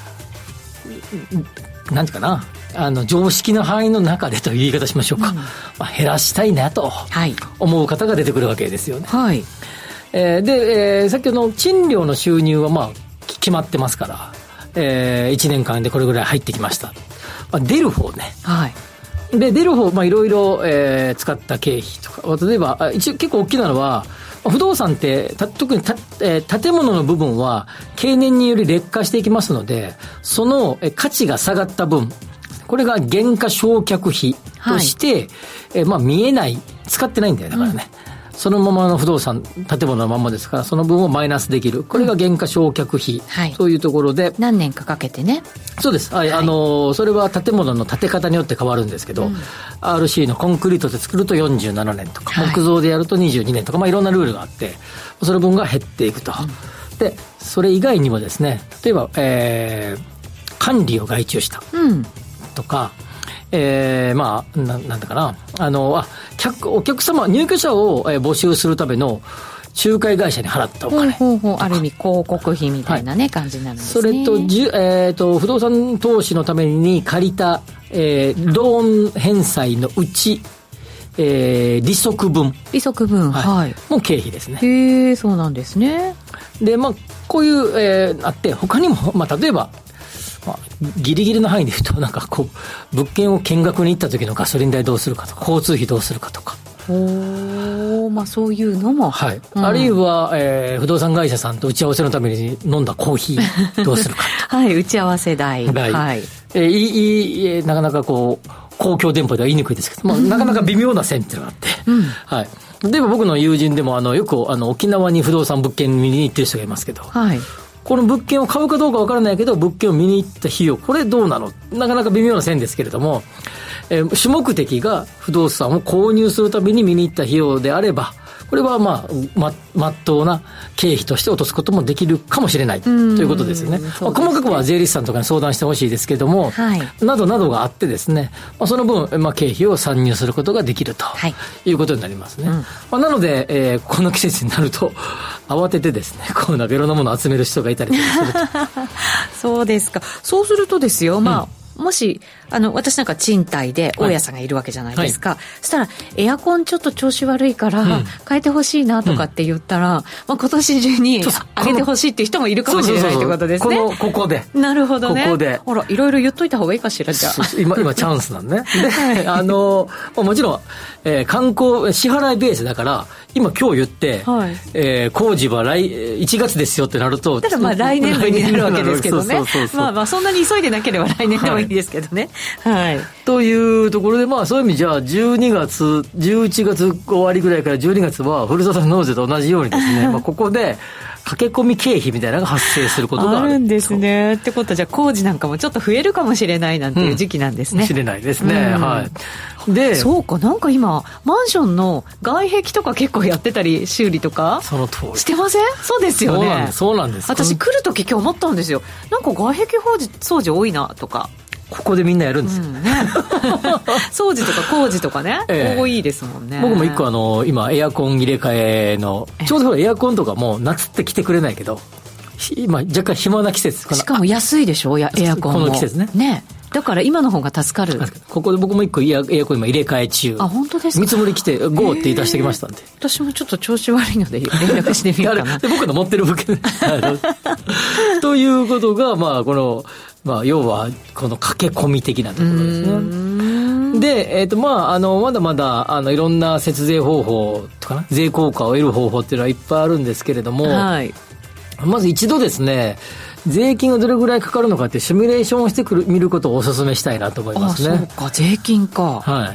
あなんていうかなあの常識の範囲の中でという言い方しましょうか、うん、まあ、減らしたいなと思う方が出てくるわけですよね、はい、えー、で、えー、先ほどの賃料の収入はまあ決まってますから、えー、いちねんかんでこれぐらい入ってきました、まあ、出る方ね、はい、で出る方まあいろいろ、えー、使った経費とか、例えば一応結構大きなのは不動産ってた特にた、えー、建物の部分は経年により劣化していきますので、その、えー、価値が下がった分、これが減価償却費として、はい、えー、まあ見えない、使ってないんだよだからね、うん、そのままの不動産建物のままですから、その分をマイナスできる、これが減価償却費というところで、はい、 何年かかけてね、 そうです、はい、はい、あのそれは建物の建て方によって変わるんですけど、うん、アールシー のコンクリートで作るとよんじゅうななねんとか、はい、木造でやるとにじゅうにねんとか、まあ、いろんなルールがあってその分が減っていくと、うん、でそれ以外にもですね、例えば、えー、管理を外注したとか、うん、えー、まあ な, なんだかなあのあ客お客様入居者を、えー、募集するための仲介会社に払ったお金、 ほうほうほう、ある意味広告費みたいなね、はい、感じになるんですね。 それと、じゅ、えー、と不動産投資のために借りた、えー、ローン返済のうち、えー、利息分利息分、はい、はい、 もう経費ですね。 へえ、そうなんですね。 で、まあ、こういう、えー、あって他にも、まあ、例えば、まあ、ギリギリの範囲で言うとなんかこう物件を見学に行った時のガソリン代どうするかとか交通費どうするかとか、 お、まあ、そういうのも、 はい、うん、あるいは、えー、不動産会社さんと打ち合わせのために飲んだコーヒーどうするかとはい、打ち合わせ代、 はい、はい、えー、いいなかなかこう公共電波では言いにくいですけど、まあ、なかなか微妙な線っていうのがあって、うん、はい、例えば僕の友人でもあのよくあの沖縄に不動産物件見に行ってる人がいますけど、はい、この物件を買うかどうかわからないけど物件を見に行った費用、これどうなの、なかなか微妙な線ですけれども、えー、主目的が不動産を購入するために見に行った費用であれば、これはまあままっとうな経費として落とすこともできるかもしれないということですよね。まあ、細かくは税理士さんとかに相談してほしいですけれども、はい、などなどがあってですね、まあ、その分、まあ、経費を参入することができるということになりますね、はい、うん、まあ、なので、えー、この季節になると慌ててですね、こうなんかいろんなものを集める人がいたりとかするとそうですか。そうするとですよ、まあ、うん、もしあの私なんか賃貸で大家さんがいるわけじゃないですか、はいはい、そしたらエアコンちょっと調子悪いから、うん、変えてほしいなとかって言ったら、うん、まあ、今年中に上げてほしいっていう人もいるかもしれないってことですね。 このここでなるほどね。 ここでほらいろいろ言っといた方がいいかしら。じゃあ今今チャンスなんねで、はい、あのもちろん、えー、観光支払いベースだから今今日言って、はい、えー、工事は来いちがつですよってなると、 ただまあ来年度になるわけですけどね。まあまあそんなに急いでなければ来年でもいいですけどね、はい、というところで、まあそういう意味じゃあじゅうにがつじゅういちがつ終わりぐらいからじゅうにがつはふるさと納税と同じようにですねまあここで駆け込み経費みたいなのが発生することがあるあるんですね。ってことはじゃあ工事なんかもちょっと増えるかもしれないなんていう時期なんですね、 うん、しれないですね、うん、はい。でそうか、なんか今マンションの外壁とか結構やってたり修理とかその通りしてません？そうですよね。 そうなんです、そうなんです。 私来るとき今日思ったんですよ。なんか外壁掃除多いなとか、 ここでみんなやるんですよ、うんね、 掃除とか工事とかね、ええ、多いですもんね。 僕も一個あの今エアコン入れ替えのちょうどほらエアコンとかも夏って来てくれないけど今若干暇な季節かな。 しかも安いでしょやエアコンもこの季節ね。 ね、 だから今の方が助かる。 ここで僕も一個エアコン今入れ替え中。 あ、本当ですか。 見積もり来て ゴー って言い出してきましたんで。 私もちょっと調子悪いので連絡してみようかな。 で僕の持ってる物件ということが、まあこの、まあ要はこの駆け込み的なところですね。で、えっとまああのまだまだあのいろんな節税方法とかな、税効果を得る方法っていうのはいっぱいあるんですけれども、はい、まず一度ですね、税金がどれぐらいかかるのかってシミュレーションをしてくる見ることをお勧めしたいなと思いますね。 あ、そうか、税金か。 はい。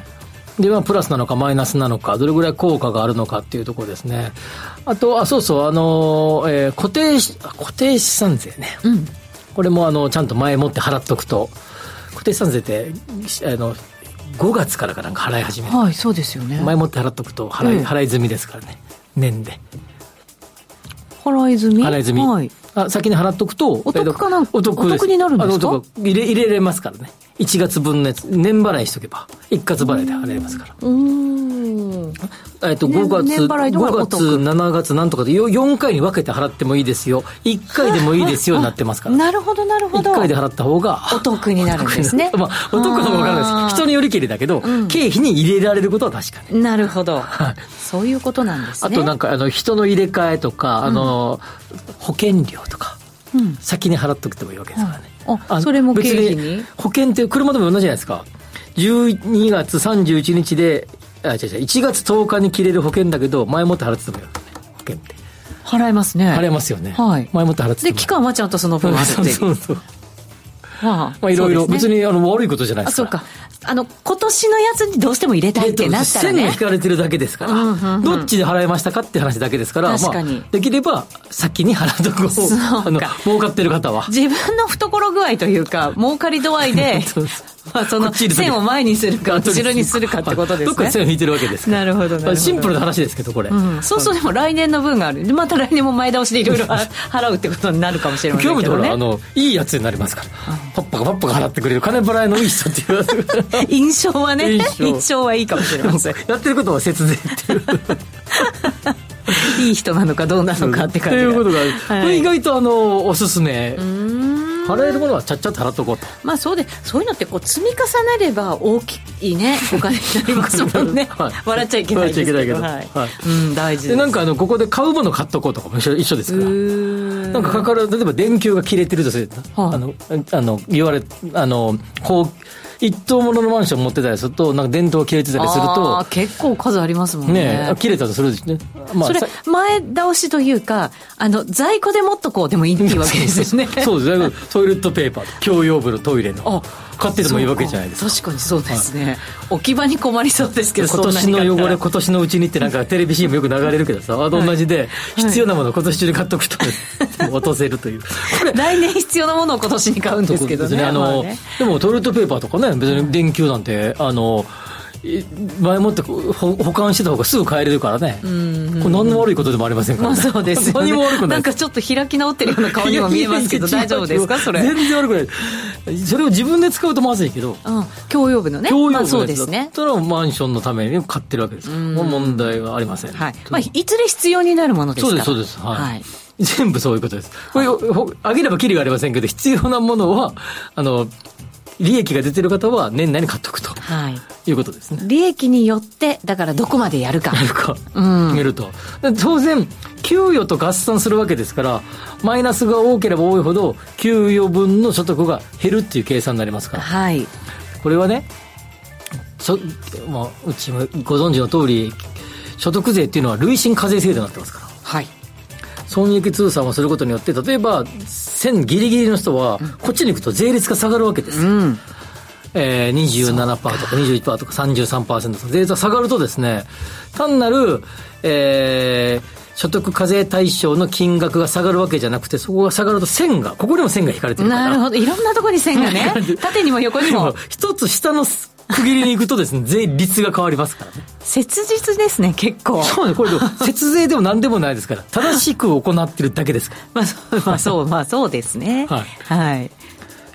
で、まあ、プラスなのかマイナスなのか、どれぐらい効果があるのかっていうところですね。あと、あ、そうそう、あの、えー、固定、固定資産税ね。うん。これも、あの、ちゃんと前もって払っとくと、固定資産税って、あの、ごがつからかなんか払い始める。 はい、そうですよね。 前もって払っとくと払い、うん、払い済みですからね。年で。 払い済み？ 払い済み。はい。あ、先に払っとくとお得かな、 お得です。 お得になるんですか？ あの入れ入れれますからね。いちがつぶんのやつ年払いしとけば一括払いで払えますから。うーん。えっとごがつ、ごがつ、しちがつなんとかでよんかいに分けて払ってもいいですよ。いっかいでもいいですよになってますから。 なるほどなるほど。 いっかいで払った方がお得になるんですね。 まあお得かもわからないです。人によりきりだけど、うん、経費に入れられることは確かに。 なるほど。そういうことなんですね。 あとなんかあの人の入れ替えとか、あの、うん、保険料とか。うん、先に払っとくてもいいわけですからね。 うん、あ、それも経費に保険って車でも同じじゃないですか。じゅうにがつさんじゅういちにちで、あ、違う違う、いちがつとおかに切れる保険だけど前もって払っててもいいわけね。保険って払えますね。 払えますよね。 はい。 前もって払っててもで期間はちゃんとその分あるっていう。 そうそうそう。まあいろいろ、別にあの悪いことじゃないですから。 あ、そうか。あの今年のやつにどうしても入れたいってなったらね、 線が引かれてるだけですから、うんうんうん、どっちで払いましたかって話だけですから、 確かに、 まあ、できれば先に払うとこをあの儲かってる方は自分の懐具合というか儲かり度合いでまあその線を前にするか後ろにするかってことですね。 どっかで線を引いてるわけですから。 なるほどなるほど。 シンプルな話ですけどこれ、 うん、そうそう。でも来年の分があるでまた来年も前倒しでいろいろ払うってことになるかもしれませんけどね。 今日もほらあのいいやつになりますから、パッパがパッパが払ってくれる金払いのいい人っていう印象はね、印象はいいかもしれません。 やってることは節税っていういい人なのかどうなのかって感じがということが、はい、意外とあのおすすめ。うーん、払えるものはちゃっちゃと払っとこうと。 まあそうで、そういうのってこう積み重ねれば大きいねお金になりますもんね、はい、笑っちゃいけないですけど、 笑っちゃいけないけど、はい、うん、大事です。でなんかあのここで買うもの買っとこうとかも一緒、一緒ですから。なんかかかる、例えば電球が切れてるとする、はあ、あのあの言われあのこう一棟もののマンション持ってたりするとなんか電灯が切れてたりすると、 あ、結構数ありますもんね。 ね、切れたとするんですね。 まあ、それ前倒しというかあの在庫で持っとこうでもいいっていうわけですよね。 そうです。トイレットペーパー、共用部のトイレの買っててもいいわけじゃないですか。 確かにそうですね、はい、置き場に困りそうですけど、 今年の汚れ今年のうちにってなんかテレビ シーエム よく流れるけどさ、あと同じで、はい、必要なものを今年中に買っとくと落とせるという。これ来年必要なものを今年に買うんですけど ね, ね, あの、まあ、ねでもトイレットペーパーとかね、別に電球なんてあの前もって保管してた方がすぐ買えれるからね。うんうん、これ何の悪いことでもありませんからね。 まあ、そうですよね。 何も悪くない。 なんかちょっと開き直ってるような顔にも見えますけど大丈夫ですかそれ。 全然悪くない。それを自分で使うとまずいけど、 うん、共用部のね、 共用部のやつだそうですね。 それをマンションのために買ってるわけですから、もう問題はありません。 はい。まあ、いずれ必要になるものですから。 そうですそうです。はい。はい、全部そういうことです。これあげればきりがありませんけど、必要なものはあの利益が出てる方は年内に買っとくと、はい、いうことですね。 利益によってだからどこまでやるかやるか、うん、決めると。当然給与と合算するわけですから、マイナスが多ければ多いほど給与分の所得が減るっていう計算になりますから、はい、これはね、そ、まあ、うちもご存知の通り所得税っていうのは累進課税制度になってますから、はい、損益通算をすることによって、例えば線ギリギリの人はこっちに行くと税率が下がるわけですよ、うん、えー、にじゅうななパーセント とか にじゅういちパーセント とか さんじゅうさんパーセント とか税率が下がるとですね、単なる、えー、所得課税対象の金額が下がるわけじゃなくて、そこが下がると線が、ここにも線が引かれてるから、 なるほど、いろんなところに線がね縦にも横にも一つ下の区切りに行くとですね、税率が変わりますからね。 切実ですね、結構。 そうね、これ節税でも何でもないですから、正しく行ってるだけですから。 まあ、まあそう、まあそうですね。はい。はい。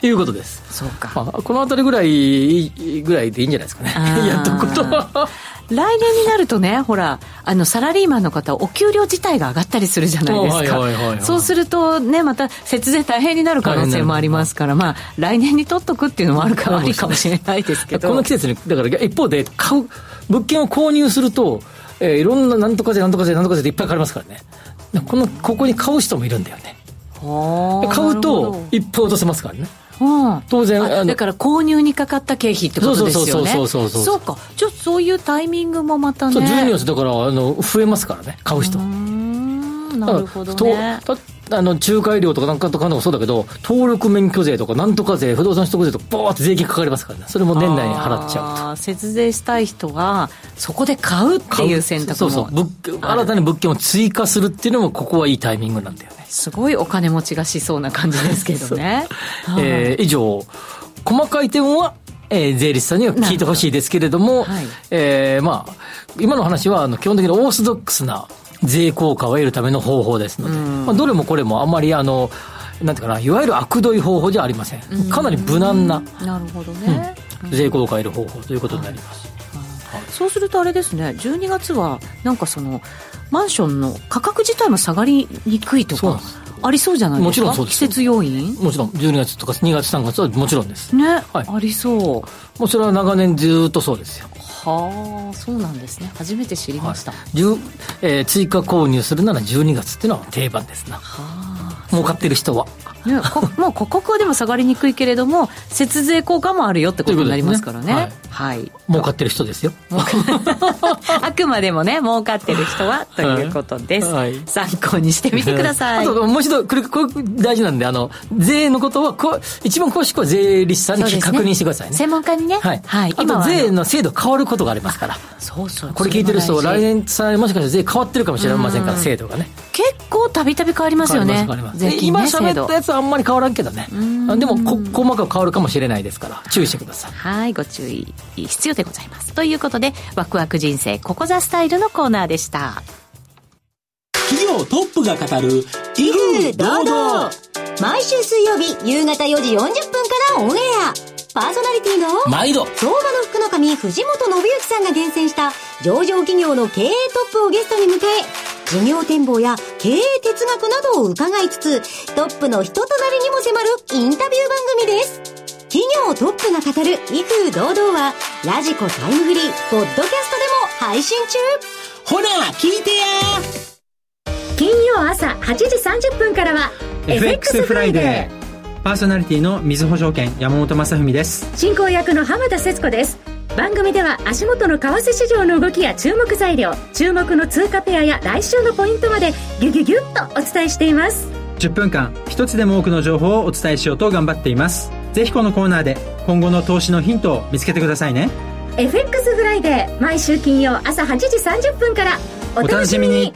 いうことです。 そうか、 まあ、このあたりぐらいぐらいでいいんじゃないですかねやっとくことは来年になるとね、ほらあのサラリーマンの方お給料自体が上がったりするじゃないですか、はいはいはいはい、そうするとねまた節税大変になる可能性もありますから、まあ来年に取っとくっていうのもあるかありかもしれないですけど、 この季節にだから一方で買う物件を購入すると、えー、いろんななんとか税なんとか税なんとか税でいっぱい買われますからね。このここに買う人もいるんだよね。買うといっぱい落とせますからね。うん、当然あだから購入にかかった経費ってことですよね。 そうそうそうそうそうそうか。ちょっとそういうタイミングもまたね。 そうじゅうにがつだからあの増えますからね、買う人。うーん、なるほどね。 あの仲介料とかなんかとかのもそうだけど、登録免許税とかなんとか税、不動産取得税とかボーって税金かかりますからね。それも年内に払っちゃうと。 節税したい人はそこで買うっていう選択も、 そうそう物新たに物件を追加するっていうのもここはいいタイミングなんだよね。 すごいお金持ちがしそうな感じですけどねえー、以上細かい点は、えー、税理士さんには聞いてほしいですけれども、はい、えー、まあ今の話はあの基本的にオーソドックスな税効果を得るための方法ですので、まあ、どれもこれもあまりあのなんていうかないわゆる悪どい方法じゃありません。かなり無難な、 なるほどね、 うん、税効果を得る方法ということになります、 はいはい、そうするとあれですね、じゅうにがつはなんかそのマンションの価格自体も下がりにくいとかありそうじゃないですか。 もちろんそうです。 季節要因もちろんじゅうにがつとかにがつさんがつはもちろんですね、 はい、 ありそう。もうそれは長年ずっとそうですよ。 はあ、そうなんですね。初めて知りました、はい、 えー、追加購入するならじゅうにがつっていうのは定番ですな。はあ、儲かってる人はね、こもう価格はでも下がりにくいけれども節税効果もあるよってことになりますからね。はい、はい、 儲かってる人ですよあくまでもね儲かってる人はということです、はい、参考にしてみてください。 あともう一度これこれ大事なんで、あの税のことはこ一番詳しくは税理士さんに、ね、確認してくださいね。 専門家にね、 はいはい、あと税の制度変わることがありますから。 そうそう、 これ聞いてる人来年さもしかしたら税変わってるかもしれませんから、制度がね結構たびたび変わりますよね。 税金ね、今喋ったやつはあんまり変わらんけどね、でもこ細かく変わるかもしれないですから注意してください。 はい、ご注意必要でございます。ということでワクワク人生ここザスタイルのコーナーでした。 企業トップが語る威風堂々、 毎週水曜日夕方よじよんじゅっぷんからオンエア。パーソナリティの毎度相場の福の神藤本信之さんが厳選した上場企業の経営トップをゲストに迎え、事業展望や経営哲学などを伺いつつ、トップの人となりにも迫るインタビュー番組です。企業トップが語る威風堂々はラジコタイムフリーポッドキャストでも配信中。 ほら聞いてや。 金曜朝はちじさんじゅっぷんからは エフエックス フライデー。 パーソナリティの水保証券山本正文です。 進行役の浜田節子です。番組では足元の為替市場の動きや注目材料、注目の通貨ペアや来週のポイントまでギュギュギュッとお伝えしています。 じゅっぷんかん一つでも多くの情報をお伝えしようと頑張っています。ぜひこのコーナーで今後の投資のヒントを見つけてくださいね。 エフエックス フライデー、毎週金曜朝はちじさんじゅっぷんからお楽しみに。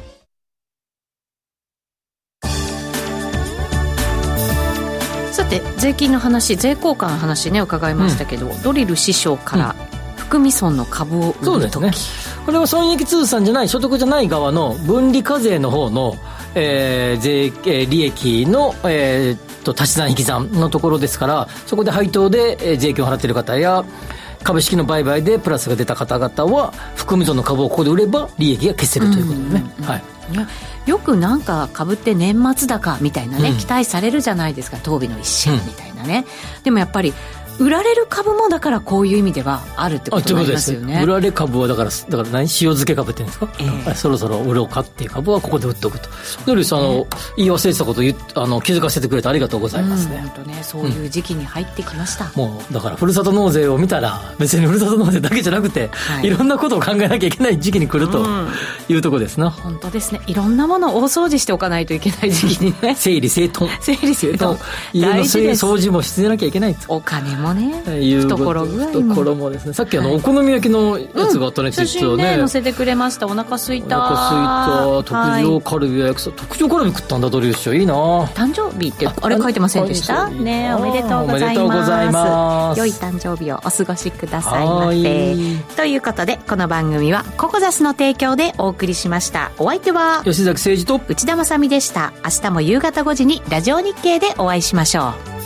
さて税金の話、税効果の話ね伺いましたけど、うん、ドリル師匠から含み損の株を売るとき、そうですね、 これは損益通算じゃない所得じゃない側の分離課税の方の、えー、税、えー、利益の、えー、と足し算引き算のところですから、そこで配当で、えー、税金を払っている方や株式の売買でプラスが出た方々は含み損の株をここで売れば利益が消せるということでね、うんうん、はい、 よくなんか株って年末高みたいなね、うん、期待されるじゃないですか、当備の一瞬みたいなね、うん、でもやっぱり売られる株もだからこういう意味ではあるってことになりますよね。 売られ株はだからだから何塩漬け株って言うんですか、えー、そろそろ売ろうかっていう株はここで売っておくと。ドリルさん、あの言い忘れてたことを言あの気づかせてくれてありがとうございますね。 本当ね、そういう時期に入ってきました、 うん、もうだからふるさと納税を見たら別にふるさと納税だけじゃなくて、はい、いろんなことを考えなきゃいけない時期に来るというところですな、うん、 本当ですね。いろんなものを大掃除しておかないといけない時期にね整理整頓整理整頓家の掃除もしてなきゃいけない。 お金もね、 いう懐具合も懐もですね。さっきあの、はい、お好み焼きのやつがあったね、うん、 写真ね載せてくれました。お腹すいたお腹すいた特上カルビ焼きそば、特上カルビ食ったんだドリル師匠、いいな。 誕生日ってあれ書いてませんでしたね。おめでとうございます。おめでとうございます。良い誕生日をお過ごしくださいませ。ということでこの番組はココザスの提供でお送りしました。お相手は吉崎誠二と内田まさみでした。明日も夕方ごじにラジオ日経でお会いしましょう。